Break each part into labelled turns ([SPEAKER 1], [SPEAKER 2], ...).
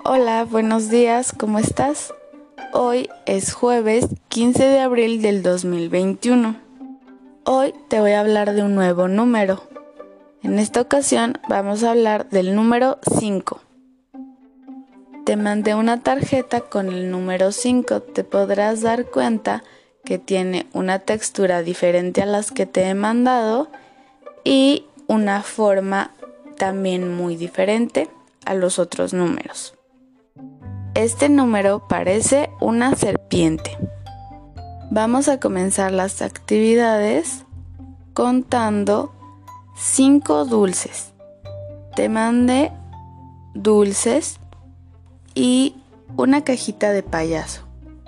[SPEAKER 1] Hola, buenos días, ¿cómo estás? Hoy es jueves 15 de abril del 2021. Hoy te voy a hablar de un nuevo número. En esta ocasión vamos a hablar del número 5. Te mandé una tarjeta con el número 5. Te podrás dar cuenta que tiene una textura diferente a las que te he mandado y una forma también muy diferente a los otros números. Este número parece una serpiente. Vamos a comenzar las actividades contando 5 dulces. Te mandé dulces y una cajita de payaso.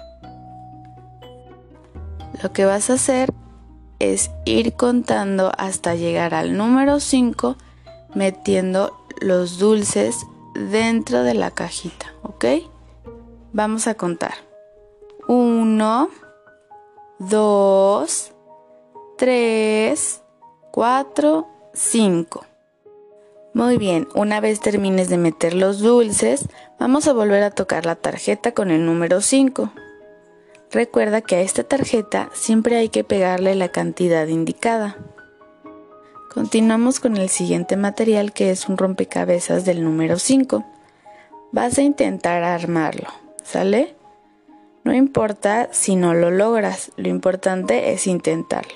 [SPEAKER 1] Lo que vas a hacer es ir contando hasta llegar al número 5, metiendo los dulces dentro de la cajita, ¿ok? Vamos a contar. 1, 2, 3, 4, 5. Muy bien, una vez termines de meter los dulces, vamos a volver a tocar la tarjeta con el número 5. Recuerda que a esta tarjeta siempre hay que pegarle la cantidad indicada. Continuamos con el siguiente material, que es un rompecabezas del número 5. Vas a intentar armarlo, ¿sale? No importa si no lo logras, lo importante es intentarlo.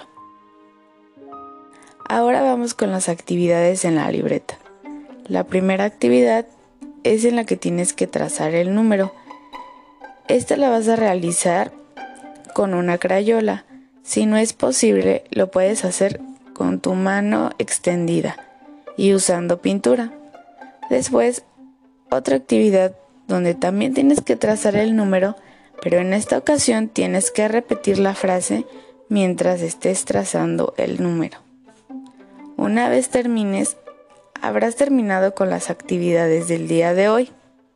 [SPEAKER 1] Ahora vamos con las actividades en la libreta. La primera actividad es en la que tienes que trazar el número. Esta la vas a realizar con una crayola. Si no es posible, lo puedes hacer con tu mano extendida y usando pintura. Después, otra actividad donde también tienes que trazar el número, pero en esta ocasión tienes que repetir la frase mientras estés trazando el número. Una vez termines, habrás terminado con las actividades del día de hoy.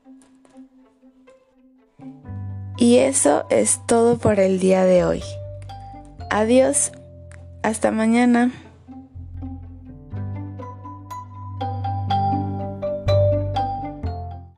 [SPEAKER 1] Y eso es todo por el día de hoy. Adiós, hasta mañana.